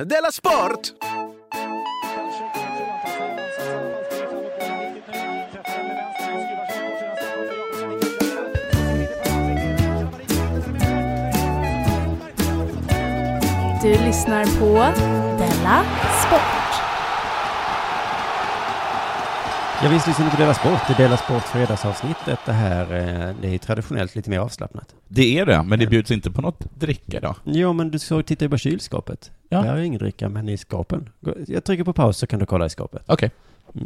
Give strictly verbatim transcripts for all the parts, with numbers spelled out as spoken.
Della Sport! Du lyssnar på Della Sport. Jag visst lyssnar på Della Sport. Det är Della Sport fredagsavsnittet. Det här det är traditionellt lite mer avslappnat. Det är det, men det bjuds inte på något dricka då. Ja, men du ska titta i bara kylskåpet. Ja. Där är ingen dricka, men i skåpen. Jag trycker på paus så kan du kolla i skåpet. Okej. Okay. Mm.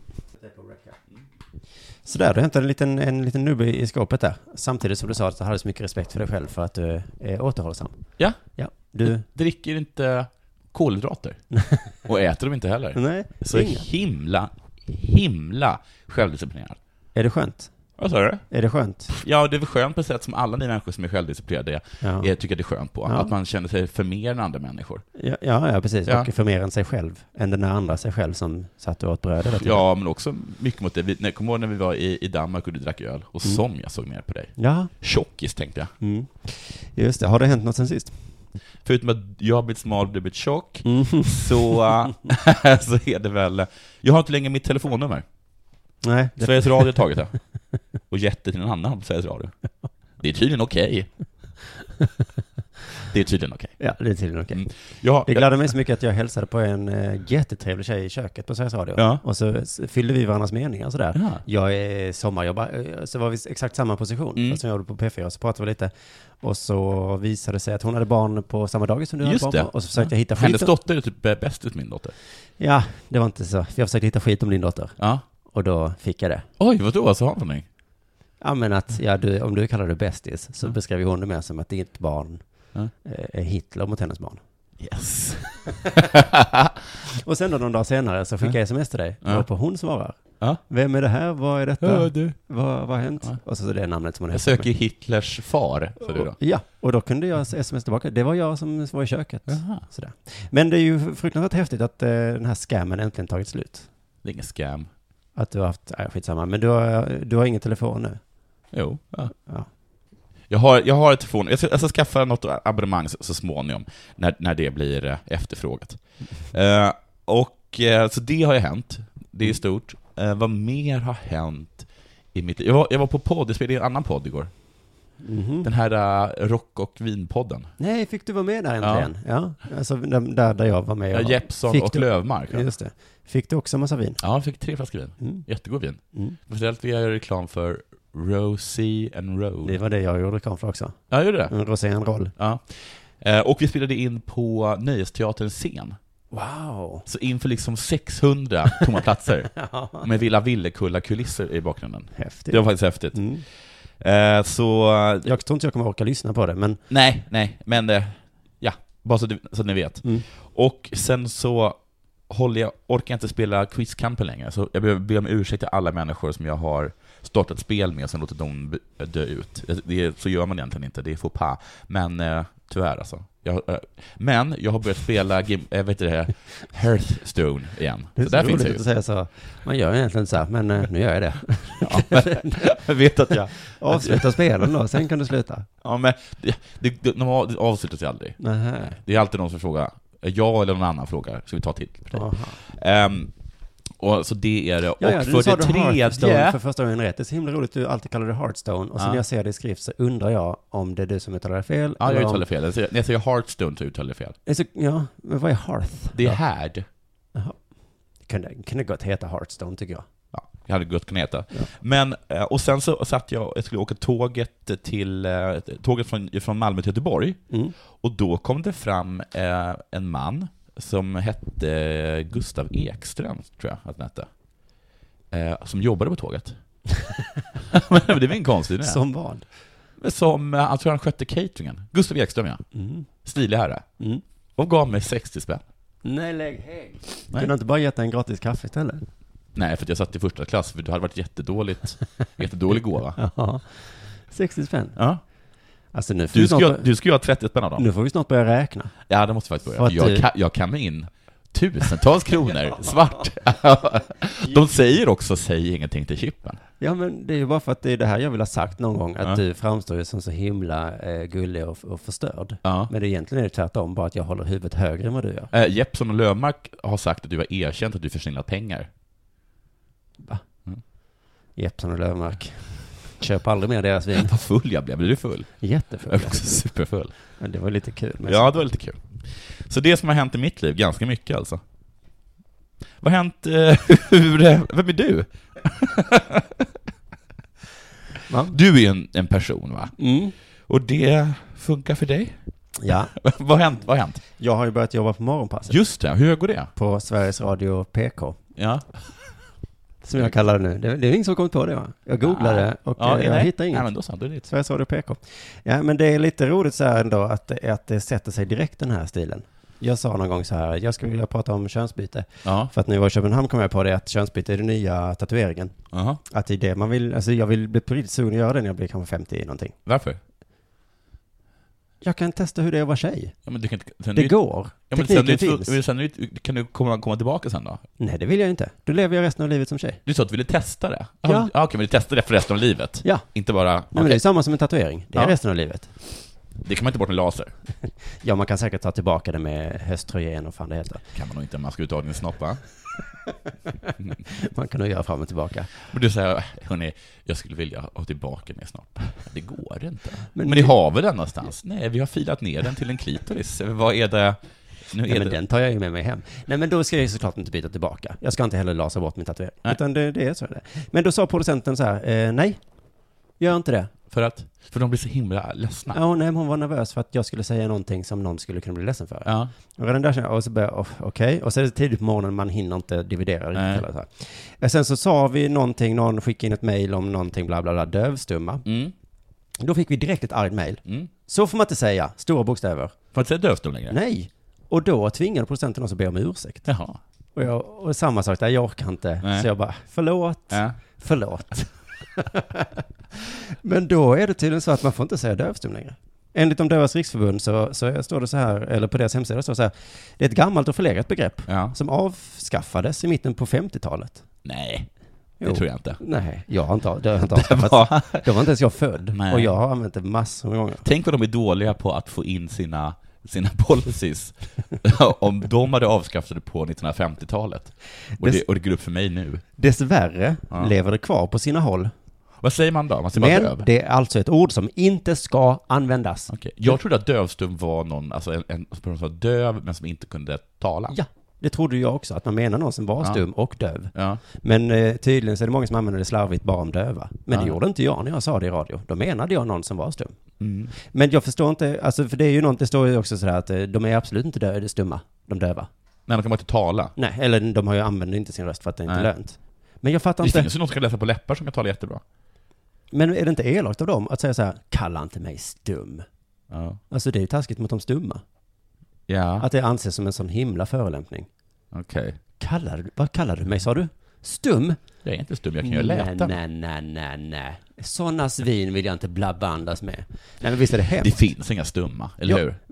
Så där, du hämtade en liten, en liten nubbe i skåpet där. Samtidigt som du sa att du hade så mycket respekt för dig själv för att du är återhållsam. Ja. Ja. Du dricker inte kolhydrater. Och äter dem inte heller. Nej. Så inga. himla, himla självdisciplinerad. Är det skönt? Vad sa du? Är det skönt? Ja, det är väl skönt på ett sätt som alla ni människor som är självdisciplinerade ja. är, tycker det är skönt på. Ja. Att man känner sig för mer än andra människor. Ja, ja, ja precis. Ja. Och för mer än sig själv. Än den andra sig själv som satt och åt bröd. Eller ja, men också mycket mot det. Vi, när, kom ihåg när vi var i, i Danmark och du drack öl. Och mm. som jag såg ner på dig. Ja. Tjockis, tänkte jag. Mm. Just det. Har det hänt något sen sist? Förutom att jag har blivit smal och du har blivit tjock. Mm. Så, så är det väl... Jag har inte längre mitt telefonnummer. Nej. Det... Sveriges Radio har tagit det. Och gett det till en annan på Sveriges Radio. Det är tydligen okej. Okay. Det är tydligen okej. Okay. Ja, det är tydligen okej. Okay. Mm. Ja, det gladde mig så mycket att jag hälsade på en äh, jättetrevlig tjej i köket på Sveriges Radio. Ja. Och så fyllde vi varandras meningar sådär. Ja. Jag är sommarjobbar, så var vi exakt samma position. Mm. Fast jag jobbade på P fyra, så pratade vi lite. Och så visade det sig att hon hade barn på samma dag som du Just hade barn på. Och så försökte ja. jag hitta skit. Hennes dotter är typ bäst ut min dotter. Ja, det var inte så. Jag försökte hitta skit om din dotter. Ja. Och då fick jag det. Oj, vad då? Vad sa hon? Ja, men att ja, du, om du kallar det bästis så ja. beskrev hon det mer som att ditt barn ja. är Hitler mot hennes barn. Yes. Och sen då någon dag senare så skickade jag sms till dig. Ja. Och på hon svarar. Ja. Vem är det här? Vad är detta? Ja, du. Vad, vad har hänt? Ja. Och så det namnet som hon jag söker med. Hitlers far, sa du då. Ja, och då kunde jag sms tillbaka. Det var jag som var i köket. Sådär. Men det är ju fruktansvärt häftigt att uh, den här scammen äntligen tagit slut. Det är ingen scam. Att du har haft, nej skitsamma, men du har, du har ingen telefon nu? Jo, ja. ja. Jag har, jag har ett telefon, jag ska, jag ska skaffa något abonnemang så, så småningom, när, när det blir uh, efterfrågat. Uh, och uh, så det har ju hänt, det är stort. Uh, vad mer har hänt i mitt liv? Jag var, jag var på podd, jag spelade i en annan podd igår. Mm-hmm. Den här uh, rock- och vinpodden. Nej, fick du vara med där äntligen? Ja, ja. Alltså där, där jag var med. Ja, Jeppson och du... Lövmark. Ja. Just det. Fick du också massa vin? Ja, jag fick tre flaskor vin. Mm. Jättegod vin. Mm. Speciellt vill jag göra reklam för Rosie and Roll. Det var det jag gjorde reklam för också. Ja, gjorde det? En Rosie and Roll. Ja. Uh, och vi spelade in på Nöjesteaterns scen. Wow. Så inför liksom sexhundra tomma platser. Ja. Med Villa Villekulla kulisser i bakgrunden. Häftigt. Det var faktiskt häftigt. Mm. Uh, så jag tror inte jag kommer orka lyssna på det, men nej, nej, men uh, ja, bara så, du, så att ni vet. Mm. Och sen så håller jag orkar jag inte spela quizkampen längre, så jag behöver be om ursäkt till alla människor som jag har startat spel med och sen låtit dem dö ut. Det, så gör man egentligen inte, det är faux pas. Men uh, tyvärr alltså. Jag, uh, men jag har börjat spela game, äh, vet du det, Hearthstone igen. Det är så, så där finns det att säga så. Man gör egentligen så här, men uh, nu gör jag det. Ja, men, jag vet att jag avslutar spelen då, sen kan du sluta. Ja, men det, det, det, de avslutas ju aldrig. Nähä. Det är alltid någon som frågar, jag eller någon annan frågar, ska vi ta till för dig? Um, och så det är det. Och ja, ja, för det tredje för första gången rätt. Det är så himla roligt, du alltid kallar det Hearthstone. Och sen ja. när jag ser det i skrift så undrar jag om det är du som uttalar det fel. Ja, jag uttalar om... fel. När jag säger Hearthstone så uttalar jag fel. Så, ja, men vad är Hearth? Det är härd. Jaha. Det kunde, kunde gott heta Hearthstone tycker jag. Ja, jag hade gott kunnat heta. Ja. Men, och sen så satt jag, jag skulle åka tåget till, tåget från, från Malmö till Göteborg. Mm. Och då kom det fram eh, en man som hette Gustav Ekström, tror jag att han hette. Eh, som jobbade på tåget. Men det var en konstig idé. Som vad? Som, jag tror han skötte cateringen. Gustav Ekström, ja. Mm. Stilig herre. Mm. Och gav mig sextio spänn. Nej, lägg hej. Kunde inte bara gett en gratis kaffe istället? Nej, för att jag satt i första klass, för det hade varit jättedåligt. Jättedålig gåva. Ja. sextio spänn? Ja. Alltså nu du, ska, snart... du ska ju ha trettio spänn av dem. Nu får vi snart börja räkna. Ja, det måste faktiskt börja. Jag, du... kan, jag kan med in tusentals kronor svart. De säger också, säg ingenting till chippen. Ja, men det är ju bara för att det är det här jag vill ha sagt någon gång. Att Ja. du framstår ju som så himla eh, gullig och, och förstörd. Ja. Men det egentligen är det tvärtom, bara att jag håller huvudet högre än vad du gör. Eh, Jeppsson och Löfmark har sagt att du har erkänt att du försnillat pengar. Va? Mm. Jeppsson och Löfmark. Köp aldrig mer deras vin. Vad full jag blev. Blev du full? Jättefull. Jag blev också superfull. Men det var lite kul. Men Ja, det var lite kul. Så det som har hänt i mitt liv, ganska mycket alltså. Vad har hänt? Eh, hur, vem är du? Va? Du är en, en person, va? Mm. Och det funkar för dig? Ja, Vad har hänt? Vad har hänt? jag har ju börjat jobba på morgonpasset. Just det, hur går det? På Sveriges Radio P K. Ja. Som jag kallar det nu. Det, det är ingen som kommit på det, va? Jag googlade och Ja, jag nej. hittade inget. Nej, men då sa du det. Sveriges Radio P K. Ja, men det är lite roligt så här ändå att, det- att det sätter sig direkt den här stilen. Jag sa någon gång så här, jag skulle vilja prata om könsbyte. Ja. För att när jag var i Köpenhamn kom jag på det att könsbyte är den nya tatueringen. Aha. Att det är det man vill, alltså jag vill bli politiskt sugen att göra det när jag blir kanske femtio någonting. Varför? Jag kan testa hur det är att vara tjej. Ja, men du kan inte... Sen Det du, går. Ja, men sen, Tekniken du, finns. men sen, du- kan du komma, komma tillbaka sen då? Nej, det vill jag inte. Då lever jag resten av livet som tjej. Du sa att du ville testa det? Ja. Ah, okej, men du testar det för resten av livet? Ja. Inte bara... Nej, men okej. det är samma som en tatuering. Det är Ja. resten av livet. Det kan man inte bort med laser. Ja, man kan säkert ta tillbaka det med höstrogen och fan det heter. Kan man nog inte, man ska ut av din snopp, va? Man kan nog göra fram och tillbaka. Men du säger, hörni, jag skulle vilja ha tillbaka min snopp. Det går inte. Men Men, det- ni har vi den någonstans? Nej, vi har filat ner den till en klitoris. Vad är det? Nu är Ja, men det... den tar jag ju med mig hem. Nej, men då ska jag ju såklart inte byta tillbaka. Jag ska inte heller lasra bort min tatuering. Nej. Utan det, det är så det är. Men då sa producenten så här, eh, nej, gör inte det. För att? För de blir så himla ledsna. Ja, nej, men hon var nervös för att jag skulle säga någonting som någon skulle kunna bli ledsen för. Ja. Och redan där kände jag, och så började jag, oh, okej. Och så är det tidigt på morgonen, man hinner inte dividera riktigt Nej. heller. Så här. Och sen så sa vi någonting, någon skickade in ett mejl om någonting, bla bla bla, dövstumma. Mm. Då fick vi direkt ett argt mejl. Mm. Så får man inte säga, stora bokstäver. Får inte säga dövstum längre? Nej. Och då tvingade producenten oss att be om ursäkt. Jaha. Och, jag, och samma sak där, jag orkar inte. Nej. Så jag bara, förlåt, Ja. förlåt. Men då är det tydligen så att man får inte säga dövstum längre. Enligt de dövas riksförbund så, så står det så här, eller på deras hemsida står det så här, det är ett gammalt och förlegat begrepp Ja. som avskaffades i mitten på femtiotalet. Nej, det Jo. tror jag inte. Nej, jag har inte, det har inte Det avskaffats. var... Då var inte ens jag född. Nej. Och jag har använt det massor med gånger. Tänk vad de är dåliga på att få in sina, sina policies. Om de hade avskaffat det på nittonhundrafemtiotalet. Och det, och det går upp för mig nu. Dessvärre Ja. lever det kvar på sina håll. Vad säger man då? Man säger bara Men döv. det är alltså ett ord som inte ska användas. Okej. Jag trodde att dövstum var någon, alltså en, en person som var döv men som inte kunde tala. Ja, det trodde jag också, att man menar någon som var Ja. stum och döv. Ja. Men eh, tydligen så är det många som använder det slarvigt bara om döva. Men det Ja. gjorde inte jag när jag sa det i radio. Då menade jag någon som var stum. Mm. Men jag förstår inte, alltså för det är ju något, det står ju också sådär att eh, de är absolut inte dö- stumma, de döva. Nej, de kan bara inte tala. Nej, eller de har ju använder inte sin röst för att det inte är Nej. lönt. Men jag fattar Det inte, finns ju någon som kan läsa på läppar som kan tala jättebra. men är det inte elakt av dem att säga så här, kalla inte mig stum? Ja. Alltså det är ju taskigt mot de stumma. Ja, Att det anses som en sån himla förolämpning. okej. Kallar du, vad kallar du mig, sa du? Stum? Jag är inte stum, jag kan ju läta. Nej, nej, nej, nej. Sådana svin vill jag inte blabbandas med. Nej, men visst är det Det hemskt. finns inga stumma, eller Ja. hur?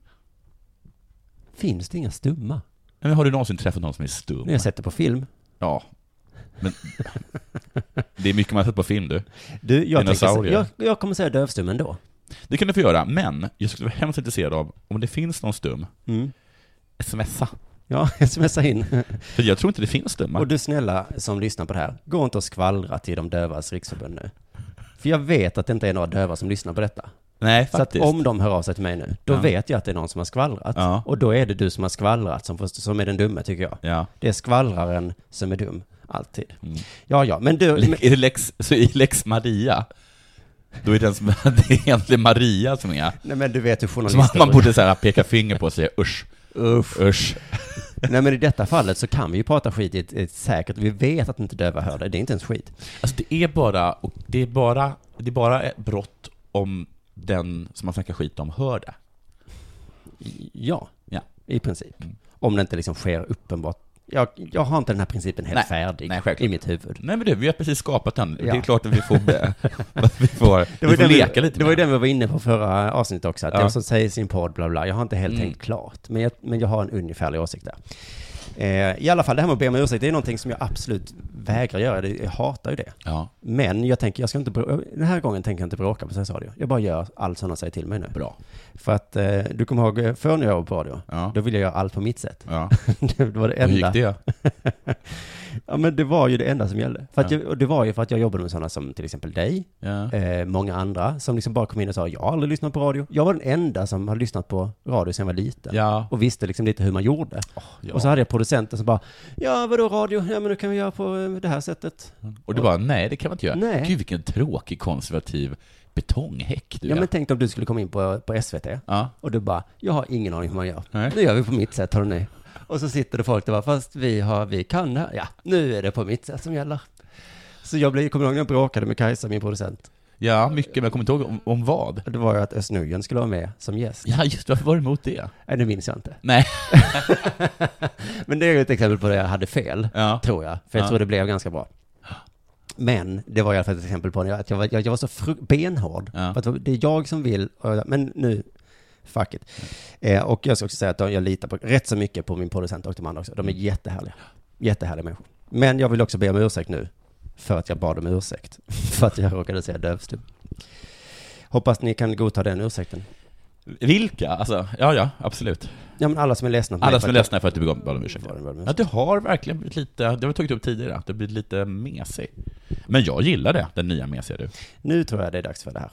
Finns det inga stumma? Men har du någonsin träffat någon som är stum? När jag sett det på film. Ja. Men det är mycket man har sett på film, du. Du, jag, tänker, så- Dinosaurier. jag, jag kommer säga dövstum ändå. Det kan du få göra, men jag skulle vara hemskt intresserad av om det finns någon stum, Mm. smsa. Ja, smsa in. För jag tror inte det finns stumma. Och du snälla som lyssnar på det här, gå inte och skvallra till de dövas riksförbund nu. För jag vet att det inte är några döva som lyssnar på detta. Nej, Så att faktiskt. om de hör av sig till mig nu, då Ja. vet jag att det är någon som har skvallrat. Ja. Och då är det du som har skvallrat som, får, som är den dumme, tycker jag. Ja. Det är skvallraren som är dum, alltid. Mm. Ja, ja, men du... Men, Är det Lex, så i Lex Maria, då är den som, det är egentligen Maria som är. nej, men du vet hur Som man, journalister... man borde så här peka finger på och säga usch, Usch. usch. Nej, men i detta fallet så kan vi ju prata skit i ett, ett säkert... Vi vet att inte döva hör det. Det är inte ens skit. Alltså det är bara, och det är bara, det är bara ett brott om den som man snackar skit om hör det. Ja, Ja. i princip. Mm. Om det inte liksom sker uppenbart. Jag, jag har inte den här principen helt Nej. färdig Nej, självklart. i mitt huvud. Nej men du, vi har precis skapat den. Ja. Det är klart att vi får, be, vi får, Det vi var, får den leka vi, lite det var ju med. den vi var inne på förra avsnittet också. Att Ja. den som säger sin podd, bla bla. Jag har inte helt Mm. tänkt klart. Men jag, men jag har en ungefärlig åsikt där. Eh, I alla fall, det här med att be om ursäkt, det är någonting som jag absolut vägrar göra. Det- Jag hatar ju det. Ja, Men jag tänker, jag ska inte brå- den här gången tänker jag inte bråka på Sveriges Radio. Jag bara gör allt som de säger till mig nu. bra. För att eh, du kommer ihåg eh, förr när jag var på radio, Ja. då ville jag göra allt på mitt sätt. Ja. Det var det Hur enda. gick det? Ja, men det var ju det enda som gällde. För att Ja. jag, och det var ju för att jag jobbade med sådana som till exempel dig, Ja. eh, många andra, som liksom bara kom in och sa, jag har aldrig lyssnat på radio. Jag var den enda som hade lyssnat på radio sedan jag var liten. Ja. Och visste liksom lite hur man gjorde. Ja. Och så hade jag producenten som bara, ja vadå radio? Ja men nu kan vi göra på eh, det här sättet. Och du bara, nej det kan man inte göra. Nej. Gud vilken tråkig konservativ betonghäck du Ja är. men tänk om du skulle komma in på, på S V T. Ja. Och du bara, jag har ingen aning hur man gör. Nej. Nu gör vi på mitt sätt, har ni. Och så sitter det folk där bara, fast vi har, vi kan det här. Ja, nu är det på mitt sätt som gäller. Så jag blev, kommer ihåg när jag bråkade med Kajsa, min producent. Ja, mycket, men jag kommer inte ihåg om, om vad. Det var ju att Özz Nujen skulle vara med som gäst. Ja, just varför var du emot det? Nej, det minns jag inte. Nej. Men det är ju ett exempel på det jag hade fel, Ja. tror jag. För jag Ja. tror det blev ganska bra. Men det var i alla fall ett exempel på att jag var, jag, jag var så fru- benhård. Ja. För att det är jag som vill, och jag- men nu, fuck it. Eh, och jag ska också säga att jag litar på, rätt så mycket på min producent och de andra också. De är jättehärliga. Jättehärliga människor. Men jag vill också be om ursäkt nu. För att jag bad om ursäkt. För att jag råkade säga dövstum. Hoppas ni kan godta den ursäkten. Vilka? Alltså, ja, ja, absolut. Ja, men alla som är ledsna på Alla mig som är för att ledsna för att du bad om ursäkt. jag- bad om ursäkt. Ja, det har verkligen blivit lite, det har vi tagit upp tidigare, att det blir lite mesig. Men jag gillar det, den nya mesiga du. Nu tror jag det är dags för det här.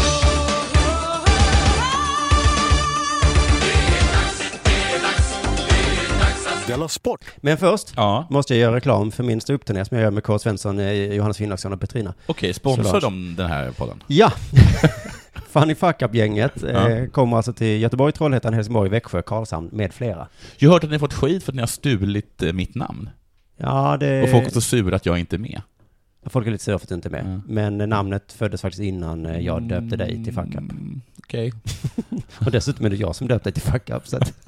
Della Sport! Men först Ja, måste jag göra reklam för min ståuppturné som jag gör med K. Svensson, eh, Johannes Finnlagsson och Petrina. okej, sponsrar Såklart. de den här podden? Ja! Funny Fuck Up-gänget Ja. eh, kommer alltså till Göteborg, Trollhättan, Helsingborg, Växjö, Karlshamn med flera. Jag har hört att ni har fått skit för att ni har stulit eh, mitt namn. Ja, det... Och folk är så sura att jag inte är med. Folk är lite sura för att du inte är med. Mm. Men eh, namnet föddes faktiskt innan eh, jag döpte dig till Fuck Up. Mm, Okej. Och dessutom är det jag som döpte dig till Fuck Up. Så att,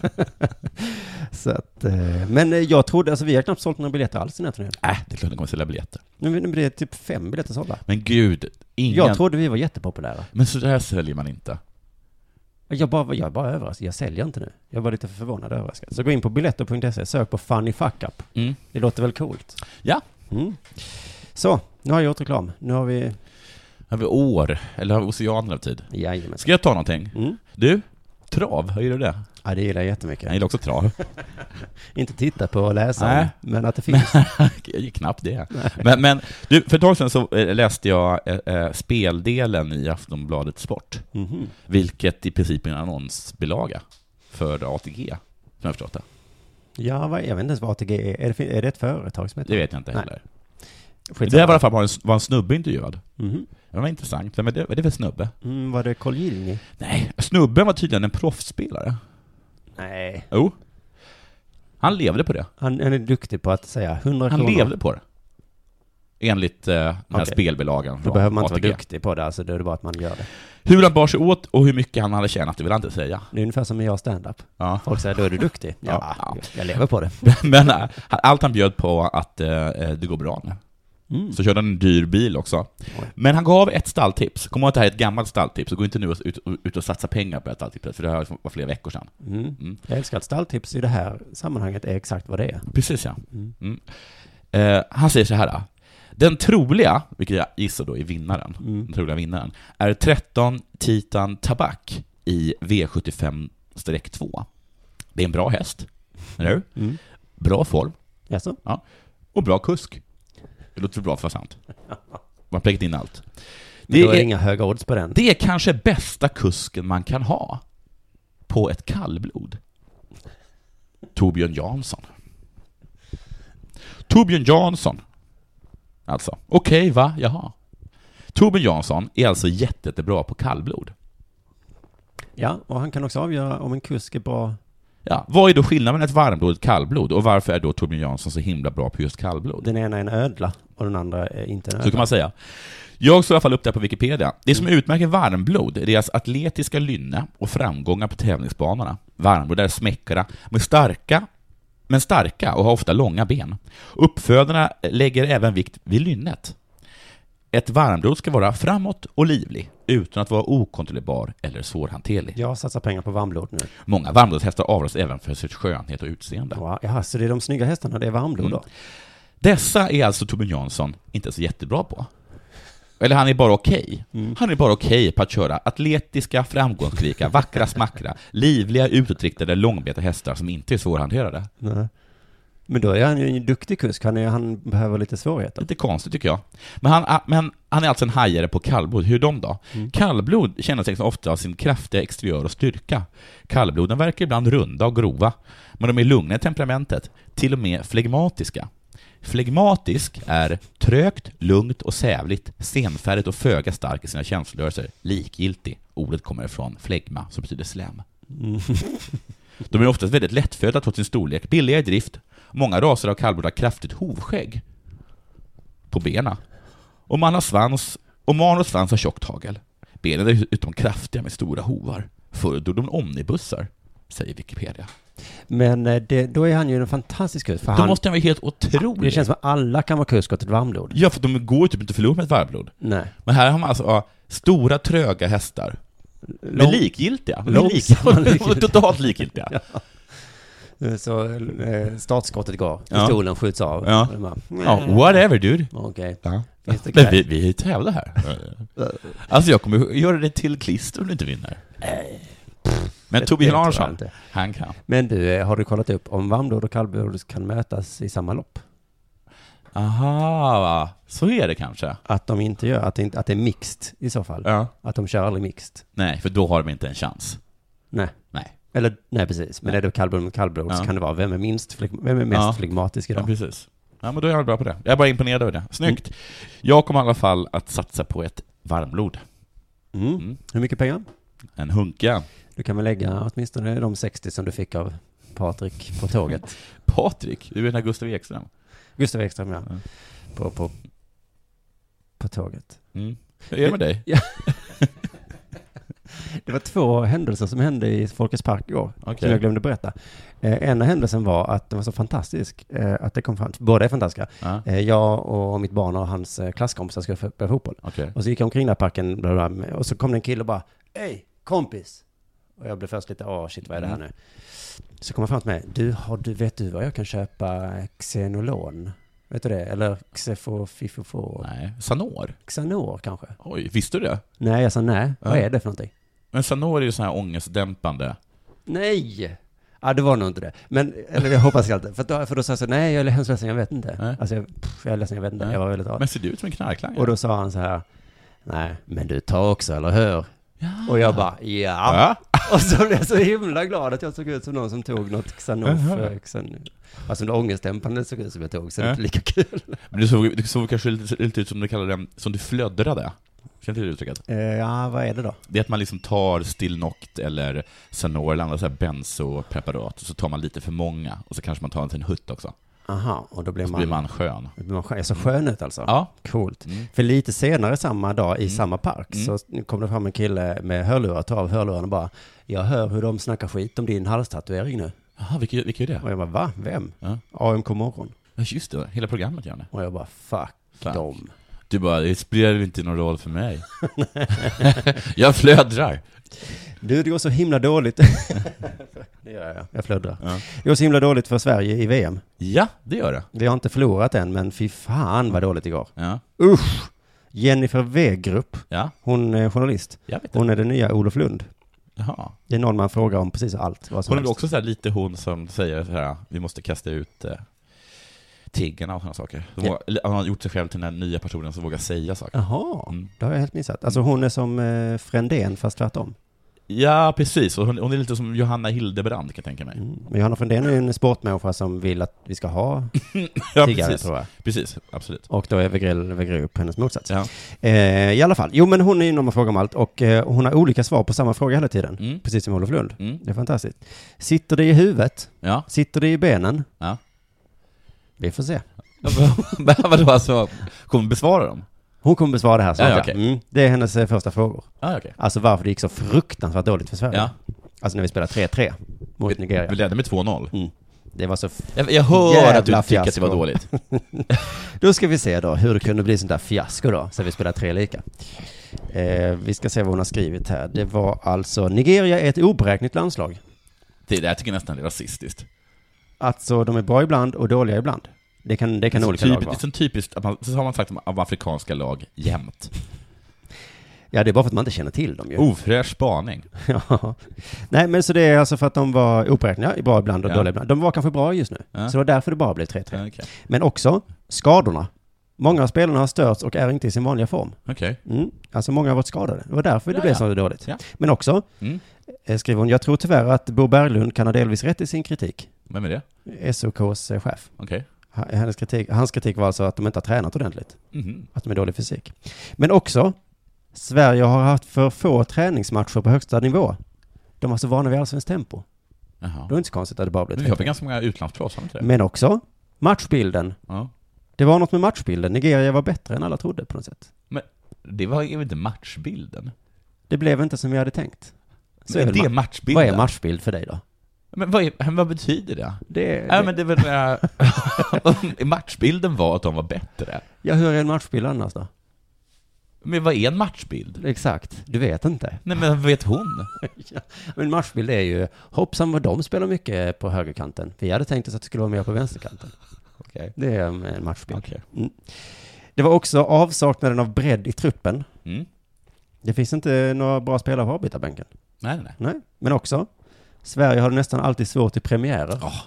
så att, eh, men eh, jag trodde, alltså vi har knappt sålt några biljetter alls i den här turnén. Äh, det är klart att de kommer sälja biljetter. Nu nu blir det typ fem biljetter sålda. Men gud, ingen... Jag trodde vi var jättepopulära. Men så där säljer man inte. Jag bara, jag är bara överraskad. Jag säljer inte nu. Jag var lite förvånad och överraskad. Så gå in på biletter punkt se, sök på Funny Fuck Up. Mm. Det låter väl coolt? Ja. Mm. Så, nu har jag gjort reklam. Nu har vi... Har vi år, eller har vi oceaner av tid? Jajamän. Ska jag ta någonting? Mm. Du, trav, hur gillar du det? Ja, det gillar jag jättemycket. Jag gillar också trav. Inte titta på och läsa Nej. om, men att det finns. Jag gick knappt det. Men, men du, för ett tag sedan så eh, läste jag eh, eh, speldelen i Aftonbladet Sport, Mhm. vilket i princip är en annonsbilaga för A T G, som jag förstått det. Ja, vad, jag vet inte ens vad A T G är. Är det, är det ett företag som heter? Det vet jag inte Nej. heller. Skitsamma. Det var i alla fall var en, var en snubbe intervjuad. Mhm. Det var intressant. Men det, vad är det för snubbe? Mm, var det Kolgilny? Nej, snubben var tydligen en proffsspelare. Nej. Jo. Han levde på det. Han, han är duktig på att säga hundra Han kronor. levde på det. Enligt eh, den här Okej. spelbilagan. Då från behöver man inte A T G. vara duktig på det, alltså då är det bara att man gör det. Hur han bar sig åt och hur mycket han hade tjänat, det vill han inte säga. Det är ungefär som när jag stand-up. Ja. Folk säger, då är du duktig. Ja, Ja. jag lever på det. Men äh, allt han bjöd på att äh, det går bra nu. Mm. Så körde han en dyr bil också. Oj. Men han gav ett stalltips. Kom ihåg att det här är ett gammalt stalltips, så gå inte nu ut, ut, ut och satsa pengar på ett stalltips, för det här var flera veckor sedan. Mm. Mm. Jag älskar att stalltips i det här sammanhanget är exakt vad det är. Precis, ja. Mm. Mm. Eh, han säger så här. Den troliga, vilket jag gissar då är vinnaren, Mm. den troliga vinnaren, är tretton Titan Tabak i V sjuttiofem två. Det är en bra häst, eller hur? Mm. Bra form Jaså? och bra kusk. Det låter bra för sant. Man har plöjt in allt. Men då är Det det är, inga höga odds på den. det är kanske bästa kusken man kan ha på ett kallblod. Torbjörn Jansson. Torbjörn Jansson. Alltså, okej okay, va? Jaha. Torbjörn Jansson är alltså jätte, jättebra på kallblod. Ja, och han kan också avgöra om en kusk är bra. Ja, vad är då skillnaden mellan ett varmblod och ett kallblod? Och varför är då Torbjörn Jansson så himla bra på just kallblod? Den ena är en ödla och den andra är inte en ödla. Så kan man säga. Jag såg i alla fall upp det här på Wikipedia. Det som utmärker varmblod är deras atletiska lynne och framgångar på tävlingsbanorna. Varmblod är smäckare, men starka, men starka och har ofta långa ben. Uppfödarna lägger även vikt vid lynnet. Ett varmblod ska vara framåt och livlig, utan att vara okontrollerbar eller svårhanterlig. Jag satsar pengar på varmblod nu. Många varmblodshästar avlas även för sitt skönhet och utseende. Wow. Jaha, så det är de snygga hästarna, det är varmblod då? Mm. Dessa är alltså Torbjörn Jansson inte så jättebra på. Eller han är bara okej. Mm. Han är bara okej på att köra atletiska, framgångsrika, vackra, smackra, livliga, utåtriktade, långbeta hästar som inte är svårhanterade. Nej. Men då är han ju en duktig kusk. Han, är, han behöver lite svårigheter. Lite konstigt tycker jag. Men han, men han är alltså en hajare på kallblod. Hur är de då? Mm. Kallblod känner sig ofta av sin kraftiga exteriör och styrka. Kallbloden verkar ibland runda och grova. Men de är lugna i temperamentet. Till och med flegmatiska. Flegmatisk är trögt, lugnt och sävligt, senfärdigt och föga stark i sina känslorörelser. Likgiltig. Ordet kommer från flegma, som betyder slem. Mm. De är oftast väldigt lättfödda trots sin storlek, billiga i drift. Många raser av kallblod har kraftigt hovskägg på benen. Och man har svans, och man och svans har tjockt hagel. Benen är utom kraftiga med stora hovar. Förr drog de omnibussar, säger Wikipedia. Men det, då är han ju en fantastisk kusk. För då han, måste han vara helt otrolig. Det känns som att alla kan vara kusk åt ett varmblod. Ja, för de går ju typ inte förlora med ett varmblod. Nej. Men här har man alltså ja, stora, tröga hästar. Men likgiltiga. Långsamma. Totalt likgiltiga. Ja. Så eh, startskottet går. Ja. Pistolen skjuts av. Ja. Bara, ja, whatever, dude. Okej. Okay. Ja. Men vi, vi tävlar här. Alltså jag kommer göra det till klister om du inte vinner. Men Torbjörn Larsson, han kan. Men du, har du kollat upp om varmblod och kallblod kan mötas i samma lopp? Aha, så är det kanske. Att de inte gör, att det, inte, att det är mixed i så fall. Ja. Att de kör aldrig mixed. Nej, för då har de inte en chans. Nej. Nej. Eller, nej precis. Men nej. Är det kallblod mot kallblod ja. Så kan det vara, vem är, minst, vem är mest ja. flegmatisk idag? Ja, precis. Ja, men då är jag bra på det. Jag är bara imponerad över det. Snyggt. Mm. Jag kommer i alla fall att satsa på ett varmblod. Mm. Mm. Hur mycket pengar? En hunka. Du kan väl lägga åtminstone de sextio som du fick av Patrik på tåget. Patrik? Du menar Gustav Ekström? Gustav Ekström, ja. Mm. På, på, på tåget. Mm. Hur är det med dig? Ja. Det var två händelser som hände i Folkets park igår, okay. Som jag glömde berätta. Eh, ena händelsen var att det var så fantastisk eh, att det kom fram, båda är fantastiska. Uh-huh. Eh, jag och mitt barn och hans eh, klasskompisar skulle spela fotboll. Okay. Och så gick jag omkring den parken bla bla, och så kom det en kille och bara, hej, kompis! Och jag blev först lite, åh shit, vad är det här nu? Så kom jag fram till mig, du, har, du vet du vad jag kan köpa Xenolon? Vet du det? Eller Xefofifofo? Nej, Sanor? Xanor kanske. Oj, visste du det? Nej, jag sa nej. Ja. Vad är det för någonting? Men Sanor är ju så här ångestdämpande. Nej! Ja, det var nog inte det. Men, eller jag hoppas inte. För då, för då sa jag så, nej, jag är hemskt ledsen, jag vet inte. Nej. Alltså, jag, pff, jag är ledsen, jag vet inte. Nej. Jag var väldigt rad. Men ser du ut som en knarklangare? Och då sa han så här, nej, men du tar också, eller hur? Ja. Och jag bara, ja. ja. Och så blev jag så himla glad att jag såg ut som någon som tog något Xanof. Xan... Alltså det ångestdämpande såg ut som jag tog, så det är inte lika kul. Men du såg, du såg kanske lite, lite ut som du kallar det, som du flödrade. Känner du det uttrycket? Uh, ja, vad är det då? Det är att man liksom tar Stilnoct eller Sanor eller andra så här benzopreparat, och så tar man lite för många, och så kanske man tar en till en hutt också. Aha, och då blir, man, blir man skön. Blir man skön. Jag så skön ut alltså. Ja. Coolt. Mm. För lite senare samma dag i mm. samma park mm. så kom det fram en kille med hörlurar, tar av hörlurarna och bara, jag hör hur de snackar skit om din halstatuering nu. Jaha, vilka, vilka är det? Och jag bara, va? Vem? Ja. A M K morgon. Ja, just det. Hela programmet gör det. Och jag bara, fuck, fuck. dem. Du bara, det spelar inte någon roll för mig. Jag flödrar. Du, det går så himla dåligt. Det gör jag, jag flödrar. Ja. Det går så himla dåligt för Sverige i V M. Ja, det gör det. Vi har inte förlorat än, men fy fan vad dåligt igår. Ja. Usch! Jennifer Wegerup, ja. Hon är journalist. Hon är den nya Olof Lund. Jaha. Det är någon man frågar om precis allt. Vad som hon är helst. också så här, lite hon som säger så här, vi måste kasta ut eh, tiggarna och sådana saker. Ja. Hon har gjort sig själv till den nya personen som vågar säga saker. Jaha, mm. Det har jag helt missat. Alltså hon är som eh, Frändén fast tvärtom. Ja, precis. Och hon, hon är lite som Johanna Hildebrand, kan jag tänka mig. Mm. Men Johanna Frändén är ju en sportmänniska som vill att vi ska ha ja, tiggare, precis. tror jag. Precis, absolut. Och då är Wegerup hennes motsats. Ja. Eh, I alla fall. Jo, men hon är ju någon man frågar om allt. Och eh, hon har olika svar på samma fråga hela tiden. Mm. Precis som Olof Lund. Mm. Det är fantastiskt. Sitter det i huvudet? Ja. Sitter det i benen? Ja. Vi får se. Vadå, alltså, kommer besvara dem? Hon kommer besvara det här. Så ja, ja, okay. mm, det är hennes eh, första frågor. Ah, okay. Alltså varför det gick så fruktansvärt dåligt för Sverige. Ja. Alltså när vi spelade tre tre mot vi, Nigeria. Vi ledde med två noll. Mm. Det var så f- Jag, jag hör jävla att du tycker fiasko. att det var dåligt. Då ska vi se då hur det kunde bli sånt där fiasko då, så vi spelar tre lika. Eh, vi ska se vad hon har skrivit här. Det var alltså, Nigeria är ett oberäkneligt landslag. Det där tycker jag nästan är rasistiskt. Alltså, de är bra ibland och dåliga ibland. Det kan, det kan det olika typ, lag vara. Det är så typiskt, att man, så har man sagt om, om afrikanska lag jämt. Ja, det är bara för att man inte känner till dem ju. Ofräsch spaning. Ja. Nej, men så det är alltså för att de var oberäkneliga, bra ibland och Ja. dåliga ibland. De var kanske bra just nu. Ja. Så det var därför det bara blev tre tre. Ja, okej. Men också skadorna. Många av spelarna har störts och är inte i sin vanliga form. Okej. Mm. Alltså många har varit skadade. Det var därför det Ja, blev ja. så dåligt. Ja. Men också, Mm. eh, skriver hon, jag tror tyvärr att Bo Berglund kan ha delvis rätt i sin kritik. Vem är det? S O K:s eh, chef. Okej. Ha- Hennes kritik, hans kritik var alltså att de inte har tränat ordentligt. Mhm. Att de är dålig fysik. Men också, Sverige har haft för få träningsmatcher på högsta nivå. De var så vana vid allsvenskt tempo. Jaha. Då är det inte så konstigt att det bara blir Men vi tre har tre. väl ganska många utlandsproffs, har vi inte det? Men också, matchbilden. Ja. Det var något med matchbilden. Nigeria var bättre än alla trodde på något sätt. Det var ju inte matchbilden. Det blev inte som vi hade tänkt. Så Men är är det det ma- matchbilden? Vad är matchbild för dig då? Men vad, är, men vad betyder det? Det, Ja, det, men det är väl... äh, matchbilden var att de var bättre. ja, hur är en matchbild annars då? Men vad är en matchbild? Exakt, du vet inte. Nej, men vad vet hon? Ja, men matchbild är ju, hoppsan vad de spelar mycket på högerkanten. Vi hade tänkt oss att det skulle vara mer på vänsterkanten. Okej. Det är um, en matchbild. Okej. Mm. Det var också avsaknaden av bredd i truppen. Mm. Det finns inte några bra spelare på avbytarbänken. Nej, nej, Nej, men också, Sverige har nästan alltid svårt i premiärer. Åh.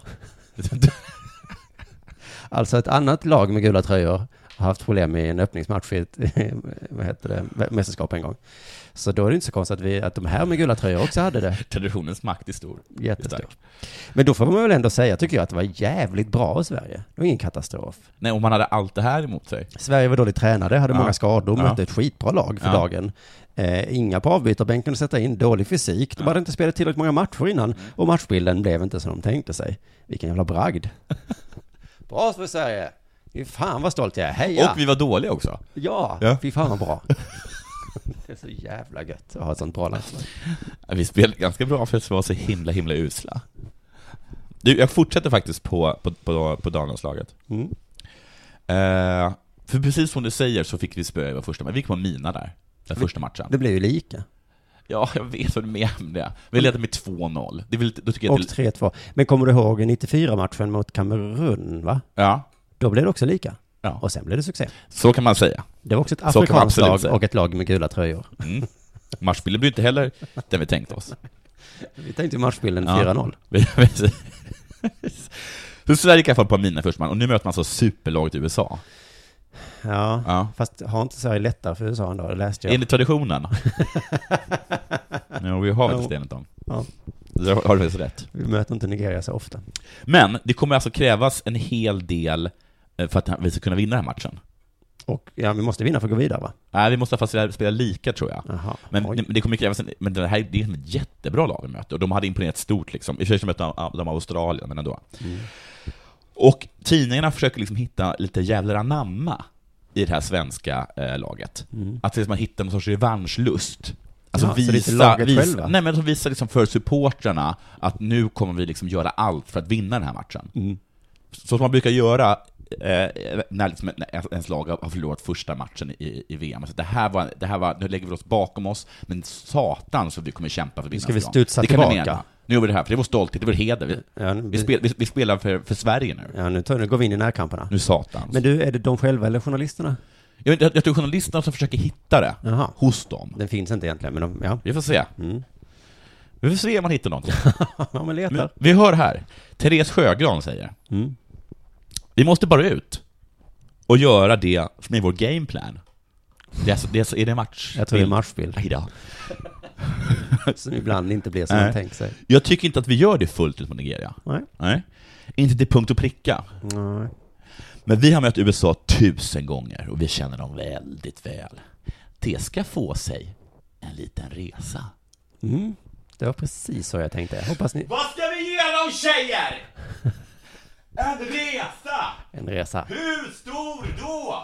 Alltså ett annat lag med gula tröjor har haft problem i en öppningsmatch i ett vad heter det, mästerskap en gång. Så då är det inte så konstigt att, vi, att de här med gula tröjor också hade det. Traditionens makt är stor. Jättestor. Stark. Men då får man väl ändå säga, tycker jag, att det var jävligt bra i Sverige. Det var ingen katastrof. Nej, om man hade allt det här emot sig. Sverige var dåligt tränade, hade Ja. många skador, Ja. mötte ett skitbra lag för Ja. dagen. Eh, inga på avbytarbänken att sätta in, dålig fysik. De Ja. hade inte spelat tillräckligt många matcher innan. Och matchbilden blev inte som de tänkte sig. Vilken jävla bragd. Bra för Sverige. Fy fan vad stolt jag är. Heja! Och vi var dåliga också. Ja, Ja. fy fan vad bra. Det är så jävla gött att ha ett sånt bra landslag. Vi spelade ganska bra för att vara så himla, himla usla. Du, jag fortsätter faktiskt på, på, på, på damlandslaget. Mm. Eh, för precis som du säger så fick vi spö över första matchen. Vi gick på mina där, den första matchen. Det blev ju lika. Ja, jag vet vad du menar med det. Vi ledde med två noll. Det är väl, då tycker jag Och att det, tre två. Men kommer du ihåg nittiofyra-matchen mot Kamerun, va? ja, Då blev det också lika. ja, Och sen blev det succé. så kan man säga. Det var också ett Så kan man afrikanskt absolut lag säga. och ett lag med gula tröjor. Mm. Matchbilden blir inte heller den vi tänkte oss. Vi tänkte ju matchbilden Ja. fyra noll. Så Sverige gick i alla fall på mina första match, och nu möter man så superlaget i U S A. Ja. Ja. Fast har inte Sverige lättare för U S A ändå? Det läste jag. Enligt traditionen. Jo, vi har väl Jo. det enligt dem. Ja. Det har du väl rätt. Vi möter inte Nigeria så ofta. Men det kommer alltså krävas en hel del eh, för att vi ska kunna vinna den här matchen. Och ja, vi måste vinna för att gå vidare, va? Nej, vi måste fast spela lika, tror jag. Jaha. Men Oj. det, det kommer krävas en, men det här det är ett jättebra lag vi möter, och de hade imponerat stort liksom. I och för sig mötte de, de Australien, men ändå. Mm. Och tidningarna försöker liksom hitta lite jävlar anamma i det här svenska eh, laget. Mm. Att liksom man hittar någon sorts revanschlust. Alltså Ja, så det är inte visa, laget visa, själva? nej, men de visar liksom för supportrarna att nu kommer vi liksom göra allt för att vinna den här matchen. Mm. Så som man brukar göra eh, när, liksom, när ens lag har förlorat första matchen i, i V M. Alltså det här var, det här var, nu lägger vi oss bakom oss, men satan så vi kommer kämpa för att vinna. Ska vi för dem. studsa det kan vi tillbaka? mena. Nu gör vi det här, för det är vår stolthet, det är vår heder. Vi, Ja, nu, vi, spel, vi, vi spelar för, för Sverige nu. ja, nu, tar, nu går vi in i närkamperna. Nu satans. Men du, är det de själva eller journalisterna? Jag, jag, jag tror journalisterna som försöker hitta det Jaha. hos dem. Den finns inte egentligen, men de, ja. Vi får se. Mm. Vi får se om man hittar någonting. Ja, men Men letar. vi hör här. Therese Sjögran säger: Mm. vi måste bara ut och göra det som är vår gameplan. Det är, alltså, det är, är det match? Jag tror det är matchbild. Aj då. Som ibland inte blir som Nej. man tänker sig. Jag tycker inte att vi gör det fullt ut mot Nigeria. Nej. Nej. Inte till punkt och pricka. Nej. Men vi har mött U S A tusen gånger och vi känner dem väldigt väl. Det ska få sig en liten resa. Mm. Det var precis så jag tänkte. Jag hoppas ni... Vad ska vi ge dem, tjejer? En resa! En resa. Hur stor då?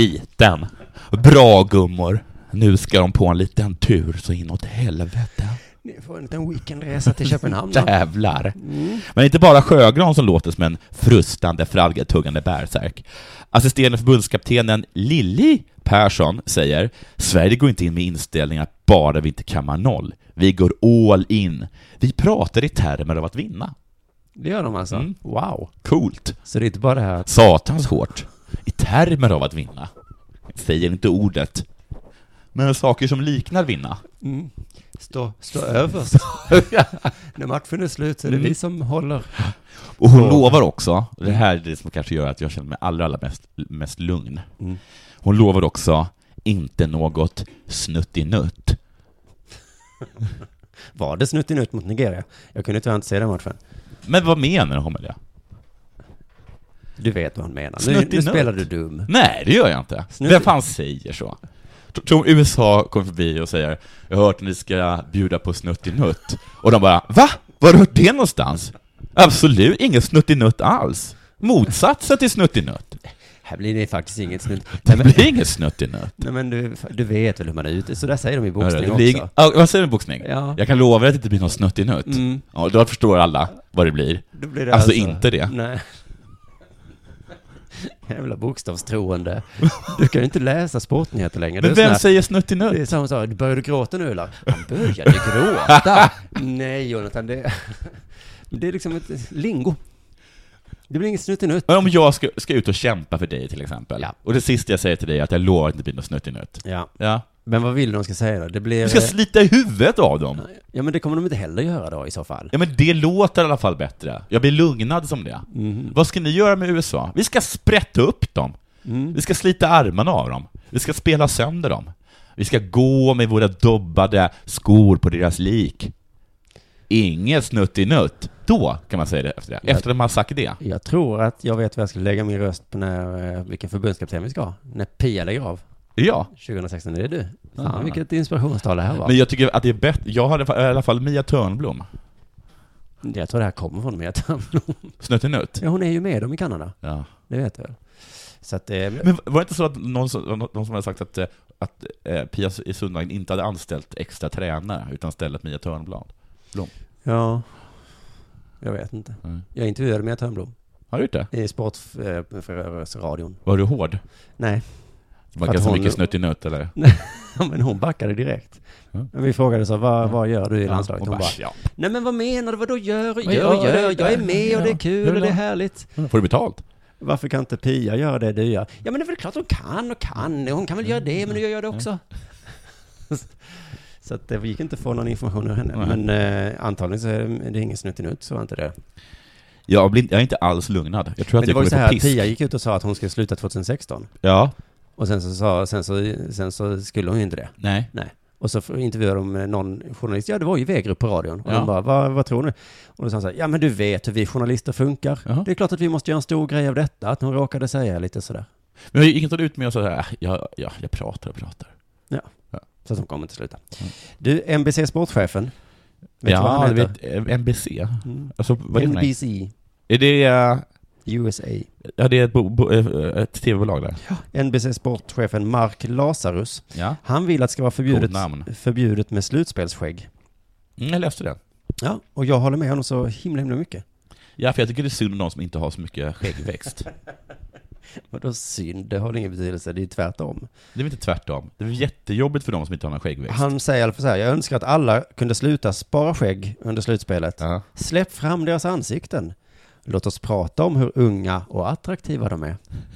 Liten. Bra gummor. Nu ska de på en liten tur så inåt helvete. Ni får en liten weekendresa till Köpenhamn. Jävlar. Mm. Men inte bara Sjögran som låter som en frustande, fralgetuggande bärsärk. Assisterande förbundskaptenen Lilly Persson säger: Sverige går inte in med inställningar bara vi inte kammar noll. Vi går all in. Vi pratar i termer av att vinna. Det gör de alltså? Mm. Wow. Coolt. Så det är inte bara det här att... Satans hårt. I termer av att vinna. Jag säger inte ordet. Men saker som liknar vinna. Mm. Stå, stå överst. När matchen är slut så är det mm. vi som håller. Och hon lovar också, det här är det som kanske gör att jag känner mig allra, allra mest, mest lugn. Mm. Hon lovar också inte något snuttinutt. Var det snuttinutt mot Nigeria? Jag kunde tyvärr inte se den matchen. Men vad menar hon med det? Du vet vad han menar. Nu, nu spelar du dum. Nej, det gör jag inte. Snutt... Vem fan säger så? Tror U S A kommer förbi och säger: jag har hört att ni ska bjuda på snuttinutt. Och de bara: va? Var har du hört det någonstans? Absolut, ingen snuttinutt alls. Motsatsen till snuttinutt. Här blir det faktiskt inget snutt. Det blir men, inget snuttinutt. Nej, men du, du vet väl hur man är ute. Så där säger de i boxning ja, också. Ing... Ah, vad säger du i boxning? Ja. Jag kan lova att det inte blir någon snuttinutt. Mm. Ja, då förstår alla vad det blir. Då blir det alltså, alltså inte det. Nej. Jävla bokstavstroende. Du kan ju inte läsa sportnyheter längre. Men vem här... säger snuttinutt? Det är samma sak. Börjar du gråta nu eller? Han började gråta. Nej, Jonathan. Det... det är liksom ett lingo. Det blir inget snuttinutt. Men om jag ska, ska ut och kämpa för dig till exempel. Ja. Och det sista jag säger till dig är att jag lovar att det inte blir något snuttinutt. Ja. Ja. Men vad vill de ska säga då? Det blir... Du ska slita i huvudet av dem. Ja, men det kommer de inte heller göra då i så fall. Ja, men det låter i alla fall bättre. Jag blir lugnad som det. Mm. Vad ska ni göra med U S A? Vi ska sprätta upp dem. Mm. Vi ska slita armarna av dem. Vi ska spela sönder dem. Vi ska gå med våra dobbade skor på deras lik. Inget snuttinutt. Då kan man säga det efter det. Jag, efter att man har sagt det. Jag tror att jag vet vad jag ska lägga min röst på när, vilken förbundskapten vi ska ha. När Pia lägger av. Ja. tjugohundrasexton, det är du. Fan, Aha. vilket inspirationstal det här var. Men jag tycker att det är bättre. Jag hade i alla fall Mia Törnblom. Jag tror det här kommer från Mia Törnblom. Snuttinutt? Ja, hon är ju med dem i Kanada. Ja. Det vet jag väl. Så att, eh, men var det inte så att någon, någon som hade sagt att, att eh, Pia i Sundvagn inte hade anställt extra tränare utan stället Mia Törnblom? Blom. Ja. Jag vet inte. Mm. Jag intervjuade Mia Törnblom. Har du gjort det? I Sportradion. Var du hård? Nej. Man kan så mycket snutt i nöt, eller? Men hon backade direkt. Mm. Men vi frågade så, vad, vad gör du i landslaget? Ja, hon, hon bara, ja. nej men vad menar du? Vad då gör? Gör, gör, gör. Jag är med och det är kul och det är härligt. Får du betalt? Varför kan inte Pia göra det du gör? Ja, men det är väl klart hon kan och kan. Hon kan väl göra det, men nu gör jag det också. Så att det gick inte att få någon information ur henne. Mm. Men eh, antagligen så är det ingen snutt ut, så var inte det. Jag, blir, jag är inte alls lugnad. Jag tror men att det jag var ju så här pisk. att Pia gick ut och sa att hon skulle sluta tjugohundrasexton. Ja. Och sen så, sa, sen så, sen så skulle hon ju inte det. Nej. Nej. Och så intervjuade de någon journalist. Ja, det var ju V-grupp på radion. Och ja. de bara, vad, vad tror ni? Och då sa han så här, ja men du vet hur vi journalister funkar. Uh-huh. Det är klart att vi måste göra en stor grej av detta. Att hon råkade säga lite sådär. Men jag gick inte ut med och så här, jag, jag, jag pratar och pratar. Ja, ja. Så att de kommer inte sluta. Mm. Du, N B C-sportchefen. Vet ja, du vad han heter? Vet, N B C. Mm. Alltså, vad N B C. Är det... Uh... U S A. Ja, det är ett, bo, bo, ett tv-bolag där. Ja. N B C-sportchefen Mark Lazarus. Ja. Han vill att det ska vara förbjudet, förbjudet med slutspelsskägg. Mm, jag läste det. Ja, och jag håller med honom så himla, himla mycket. Ja, för jag tycker det är synd om de som inte har så mycket skäggväxt. Vadå synd? Det har ingen betydelse, det är tvärtom. Det är inte tvärtom. Det är jättejobbigt för de som inte har någon skäggväxt. Han säger i alla fall så här, jag önskar att alla kunde sluta spara skägg under slutspelet. Uh-huh. Släpp fram deras ansikten. Låt oss prata om hur unga och attraktiva de är.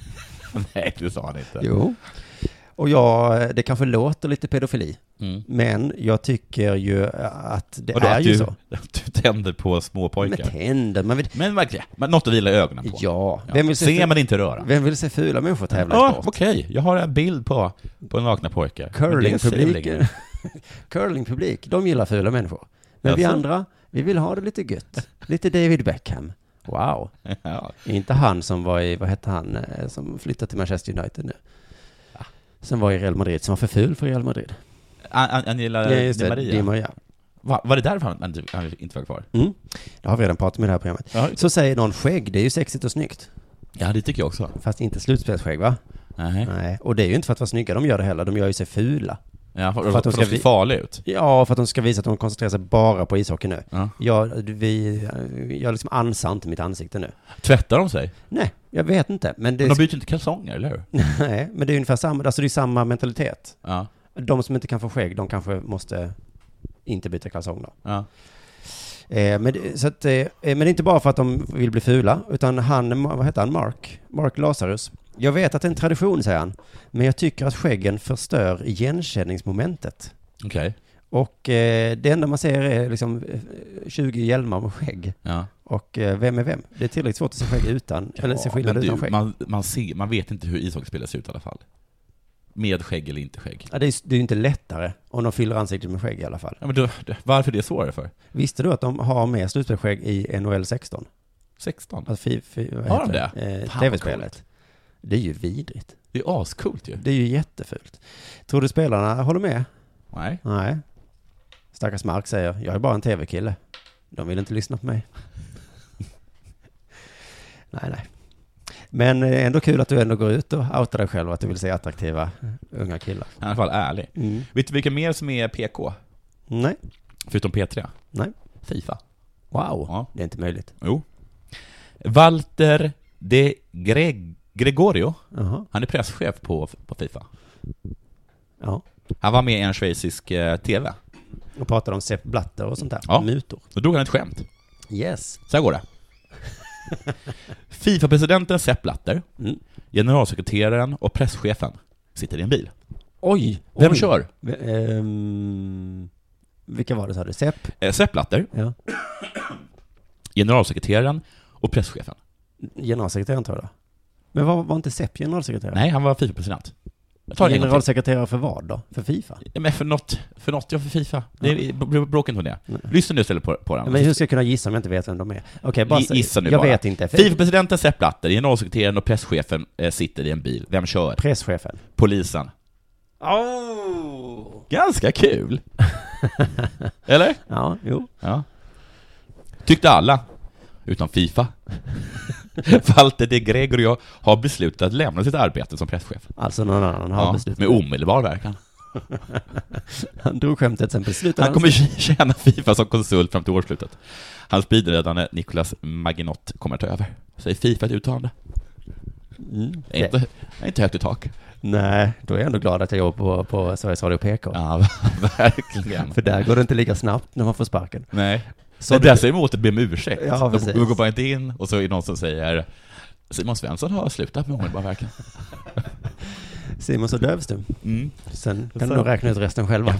Nej, det sa han inte. Jo. Och jag, det kanske låter lite pedofili. Mm. Men jag tycker ju att det då, är att ju du, så. Du tänder på små pojkar. Men tänder. Man vill... Men verkligen, något att vila ögonen på. Ja. Vem vill se se man inte röra. Vem vill se fula människor tävla ja, i sport? Okej, okay. Jag har en bild på, på nakna pojkar. Curlingpublik. Curlingpublik, de gillar fula människor. Men alltså? Vi andra, vi vill ha det lite gött. Lite David Beckham. Wow. Ja. Inte han som var i, vad hette han, som flyttade till Manchester United nu. Ja. Som var i Real Madrid, som var för ful för Real Madrid. An- Angela ja, Di Maria. Di Maria. Va, var det därför han, han, han inte var kvar? Mm. Det har vi redan pratat med det här programmet. Ja. Så säger någon skägg, det är ju sexigt och snyggt. Ja, det tycker jag också. Fast inte slutspelsskägg, va? Nej. Nej. Och det är ju inte för att vara snygga, de gör det heller. De gör ju sig fula. Ja, för, För för att de att ska de ser vi- farliga ut. Ja, för att de ska visa att de koncentrerar sig bara på ishockey nu. Ja. Jag, vi, jag liksom ansar inte mitt ansikte nu. Tvättar de sig? Nej, jag vet inte. Men det, Men de byter inte kalsonger, eller hur? nej, men det är ungefär samma, alltså det är samma mentalitet. Ja. De som inte kan få skägg, de kanske måste inte byta kalsonger. Ja. Eh, men, det- så att, eh, men det är inte bara för att de vill bli fula, utan han, vad heter han, Mark? Mark Lazarus. Jag vet att det är en tradition, säger han, men jag tycker att skäggen förstör igenkänningsmomentet. Okej. Och eh, det enda man ser är liksom eh, tjugo hjälmar med skägg. Ja. Och eh, vem är vem? Det är tillräckligt svårt att se skägg utan, eller se Ja, skillnad men utan du, skägg. man, man, ser, man vet inte hur ishockeyspelare ser ut i alla fall. Med skägg eller inte skägg. Ja, det är det är ju inte lättare om de fyller ansiktet med skägg i alla fall. Ja, men då, varför är det svårare för? Visste du att de har mer slutspelsskägg i N H L sexton? sexton? Alltså, fi, fi, vad Har heter de det? Eh, Fan, tv-spelet. Det är ju vidrigt. Det är ascoolt ju. Det är ju jättefult. Tror du spelarna håller med? Nej. Nej. Stackars Mark säger, jag är bara en tv-kille. De vill inte lyssna på mig. nej, nej. Men eh, ändå kul att du ändå går ut och outar dig själv att du vill se attraktiva unga killar. I alla fall ärlig. Mm. Vet du vilka mer som är P K? Nej. Förutom P tre? Nej. FIFA. Wow. Ja. Det är inte möjligt. Jo. Walter de Gre- Gregorio. Jaha. Han är presschef på, på FIFA. Ja. Han var med i en schweizisk eh, tv. Och pratade om Sepp Blatter och sånt där. Ja. Mutor. Då drog han ett skämt. Yes. Så här går det. FIFA-presidenten Sepp Blatter, Mm. generalsekreteraren och presschefen sitter i en bil. Oj. Vem Oj. kör? V- ehm, vilka var det, sa du? Sepp? Eh, Sepp Blatter, Ja. generalsekreteraren och presschefen. Generalsekreteraren tror jag. Men var, var inte Sepp generalsekreterare? Nej, han var FIFA-president. Jag tar det en gång till. Generalsekreterare för vad då? För FIFA? Ja, men för något, för något, ja, för FIFA. Det är, br- bråka inte om det. Nej. Lyssna nu istället på, på den. Men hur ska jag kunna gissa om jag inte vet vem de är? Okej, bara Gi- säg. gissa nu Jag bara. vet inte. FIFA-presidenten Sepp Blatter, generalsekreteraren och presschefen eh, sitter i en bil. Vem kör? Presschefen. Polisen. Oh. Ganska kul. Eller? Ja, jo. Ja. Tyckte alla. Utom FIFA. Walter de Gregorio har beslutat att lämna sitt arbete som presschef. Alltså någon annan har Ja, beslutat. med omedelbar verkan. Han drog skämtet till exempel. Slutade Han kommer tjäna FIFA som konsult fram till årsslutet. Hans bidragande Nicolas Maginot kommer att ta över. Säger FIFA ett uttalande. Mm. Det är inte, det är inte högt i tak. Nej, då är jag ändå glad att jag jobbar på, på Sveriges Radio P K. Ja, verkligen. För där går det inte lika snabbt när man får sparken. Nej. Så Så det- det säger emot att be om ursäkt. Ja, de, precis. de går bara inte in och så är det någon som säger Simon Svensson har slutat med omedelbar verkan. Simon så dövstum. Mm. Sen kan Så- du nog räkna ut resten själva.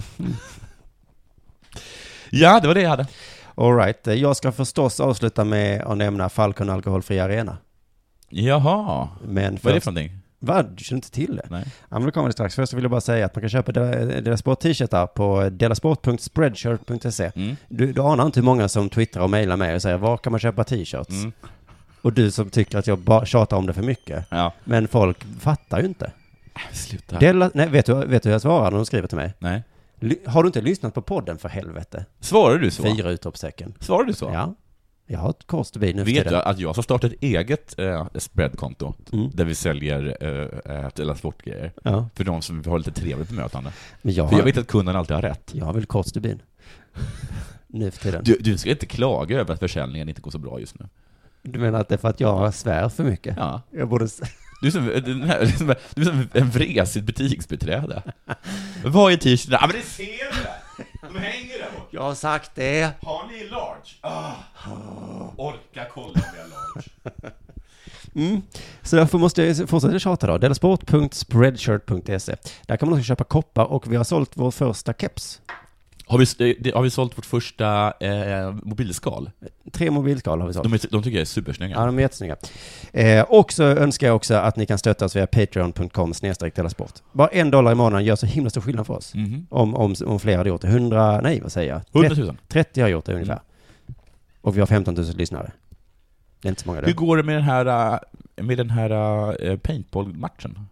Ja, det var det jag hade. All right. Jag ska förstås avsluta med att nämna Falcon Alkoholfri Arena. Jaha. Men Vad är det först... för någonting? Vad? Du känner inte till det? Nej. Ja, men då kommer det strax. Först vill jag bara säga att man kan köpa Dela Sport t-shirtar på delasport punkt spreadshirt punkt se. Mm. Du, du anar inte hur många som twittrar och mejlar mig och säger var kan man köpa t-shirts? Mm. Och du som tycker att jag bara tjatar om det för mycket. Ja. Men folk fattar ju inte. Sluta. Dela, nej, vet du, vet du hur jag svarar när de skriver till mig? Nej. Ly, har du inte lyssnat på podden för helvete? Svarar du så? Fyra utropstecken. Svarar du så? Ja. Jag har ett kors förbi nu för Vet tiden. du att jag ska starta ett eget eh, spreadkonto Mm. där vi säljer eh, Dela Sport-grejer Ja. för de som vill ha lite trevligt bemötande. Men jag För jag har, vet att kunden alltid har rätt. jag har väl kort stubin. Nu för tiden. Du, du ska inte klaga över att försäljningen inte går så bra just nu. Du menar att det är för att jag svär för mycket? Ja. Jag borde... s- Du är som, den här- du är som, du är som en vresigt butiksbeträde. Vad är t-shirten? Ja, men det ser du! De hänger där bort. Jag har sagt det. Har ni large? Ah. Orka kolla om jag har large. Mm. Så därför måste jag fortsätta tjata då. delasport punkt spreadshirt punkt se. Där kan man också köpa koppar och vi har sålt vår första keps. Har vi, det- har vi sålt vårt första eh, mobilskal? Tre mobilskal har vi sålt. De, är, de tycker jag är supersnygga. Ja, de är jättesnygga. Eh, och så önskar jag också att ni kan stötta oss via patreon punkt com snedstreck delasport. Bara en dollar i månaden gör så himla stor skillnad för oss. Mhm. Om, om, om fler hade gjort det. hundra, nej vad säger jag? hundratusen. trettio har gjort det ungefär. Och vi har femton tusen lyssnare. Det är inte så många Hur det. går det med den här, äh, med den här äh, paintball-matchen?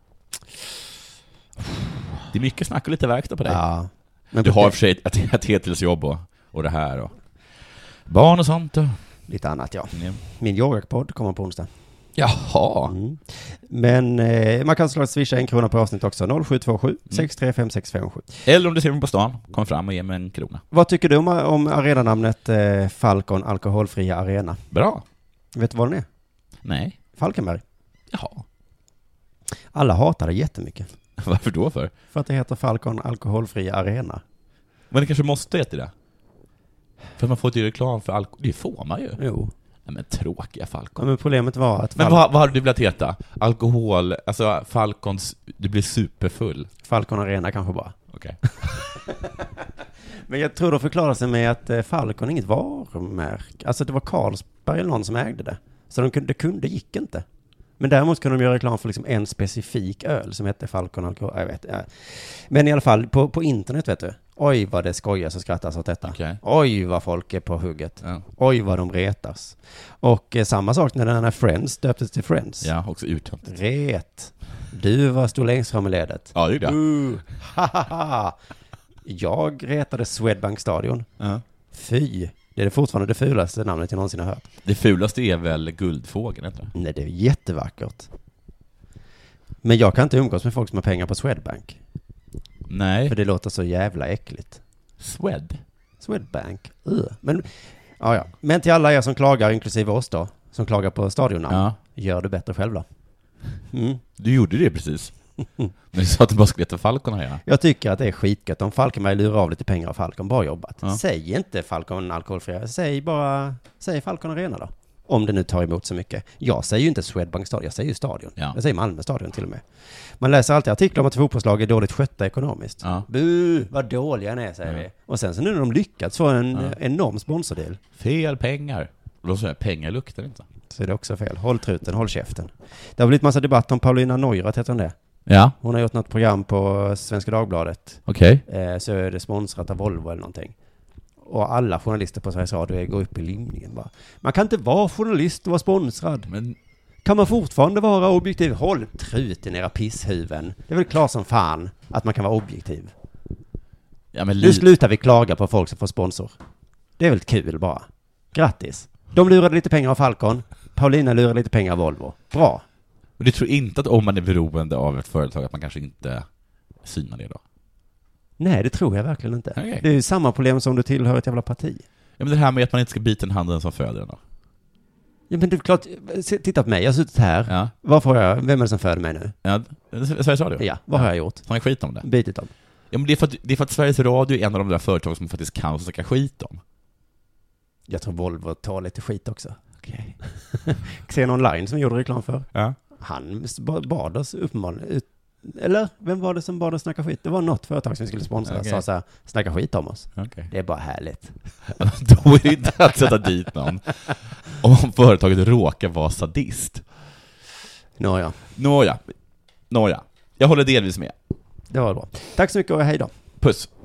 Det är mycket snack och lite verkstad på dig. Ja. Men Du har i och för sig ett, ett heltidsjobb och, och det här och barn och sånt. Och. lite annat, ja. Ja. Min yogapodd kommer på onsdag. Jaha. Mm. Men eh, man kan såklart swisha en krona på avsnitt också. noll sju två sju sex tre fem sex fem sju. Eller om du ser mig på stan, kom fram och ge mig en krona. Vad tycker du om, om arenanamnet eh, Falcon Alkoholfria Arena? Bra. Vet du vad den är? Nej. Falkenberg. Jaha. Alla hatar det jättemycket. Varför då för? För att det heter Falcon Alkoholfria Arena. Men det kanske måste heta det. För man får inte reklam för alkohol. Det får man ju. Jo. Nej, men tråkiga Falcon. Ja, men problemet var att... Men Fal- vad, vad hade du velat heta? Alkohol, alltså Falcons, du blir superfull. Falcon Arena kanske bara. Okej. Men jag tror de förklarar sig med att eh, Falcon är inget varumärke. Alltså det var Carlsberg eller någon som ägde det. Så de kunde, det kunde, gick inte. Men däremot kunde de göra reklam för liksom en specifik öl som hette Falcon Alkohol. Jag vet, ja. Men i alla fall, på, på internet vet du. Oj vad det skojas och skrattas åt detta. Okay. Oj vad folk är på hugget. Ja. Oj vad de retas. Och eh, samma sak när den här Friends döptes till Friends. Ja, också uttömt. Ret. Du var stod längst fram i ledet. Ja, det är det. Uh, jag retade Swedbank Stadion. Ja. Fy. Det är det fortfarande det fulaste namnet jag någonsin har hört. Det fulaste är väl Guldfågeln, inte det? Nej, det är jättevackert. Men jag kan inte umgås med folk som har pengar på Swedbank. Nej. För det låter så jävla äckligt. Swed? Swedbank. Uh. Men, ja, ja. Men till alla er som klagar, inklusive oss då, som klagar på stadionnamn, Ja. gör det bättre själv då. Mm. Du gjorde det precis. Men du sa att du bara skulle heta Falcon här, ja. Jag tycker att det är skitgött om Falkenberg lurar av lite pengar av Falcon. Bra jobbat. Ja. Säg inte Falcon alkoholfria. Säg bara, säg Falcon Arena då. Om det nu tar emot så mycket. Jag säger ju inte Swedbank Stadion, jag säger ju Stadion. Ja. Jag säger Malmö Stadion till och med. Man läser alltid artiklar om att fotbollslag är dåligt skötta ekonomiskt. Ja. Bu, vad dåliga ni är, säger Ja. vi. Och sen så nu när de lyckats få en Ja. enorm sponsordel. Fel pengar. Och då säger jag, pengar luktar inte. Så är det också fel. Håll truten, håll käften. Det har blivit massa debatt om Paulina Neurath, heter hon det? Ja, Hon har gjort något program på Svenska Dagbladet. okej. Eh, så är det sponsrat av Volvo eller någonting. Och alla journalister på Sveriges Radio går upp i limningen bara. Man kan inte vara journalist och vara sponsrad. Men Kan man fortfarande vara objektiv? Håll truten era pisshuven. Det är väl klart som fan att man kan vara objektiv. ja, men Nu li- slutar vi klaga på folk som får sponsor. Det är väl kul bara. Grattis. De lurade lite pengar av Falcon. Paulina lurade lite pengar av Volvo. Bra. Men du tror inte att om man är beroende av ett företag att man kanske inte synar det då? Nej, det tror jag verkligen inte. Okej. Det är ju samma problem som du tillhör ett jävla parti. Ja, men det här med att man inte ska bita den handen som föder den då? Ja, men det är klart. Se- Titta på mig. Jag har suttit här. Ja. Varför har jag, vem är det som föder mig nu? Ja, Sveriges Radio? Ja, vad har jag gjort? Snackar skit om det? Bitit dem. Ja, men det är, för att, det är för att Sveriges Radio är en av de där företag som faktiskt kan snacka skit om. Jag tror Volvo tar lite skit också. Okej. Xen Online som vi gjorde reklam för. Ja. Han ba- bad oss uppenbarligen ut, eller vem var det som bad oss snacka skit? Det var något företag som vi skulle sponsra. Okej. Sa så här, snacka skit om oss. Okej. Det är bara härligt. Då är det inte att sätta dit någon om företaget råkar vara sadist. Nåja, Nåja. Nåja. Jag håller delvis med. det var bra. Tack så mycket och hej då. Puss.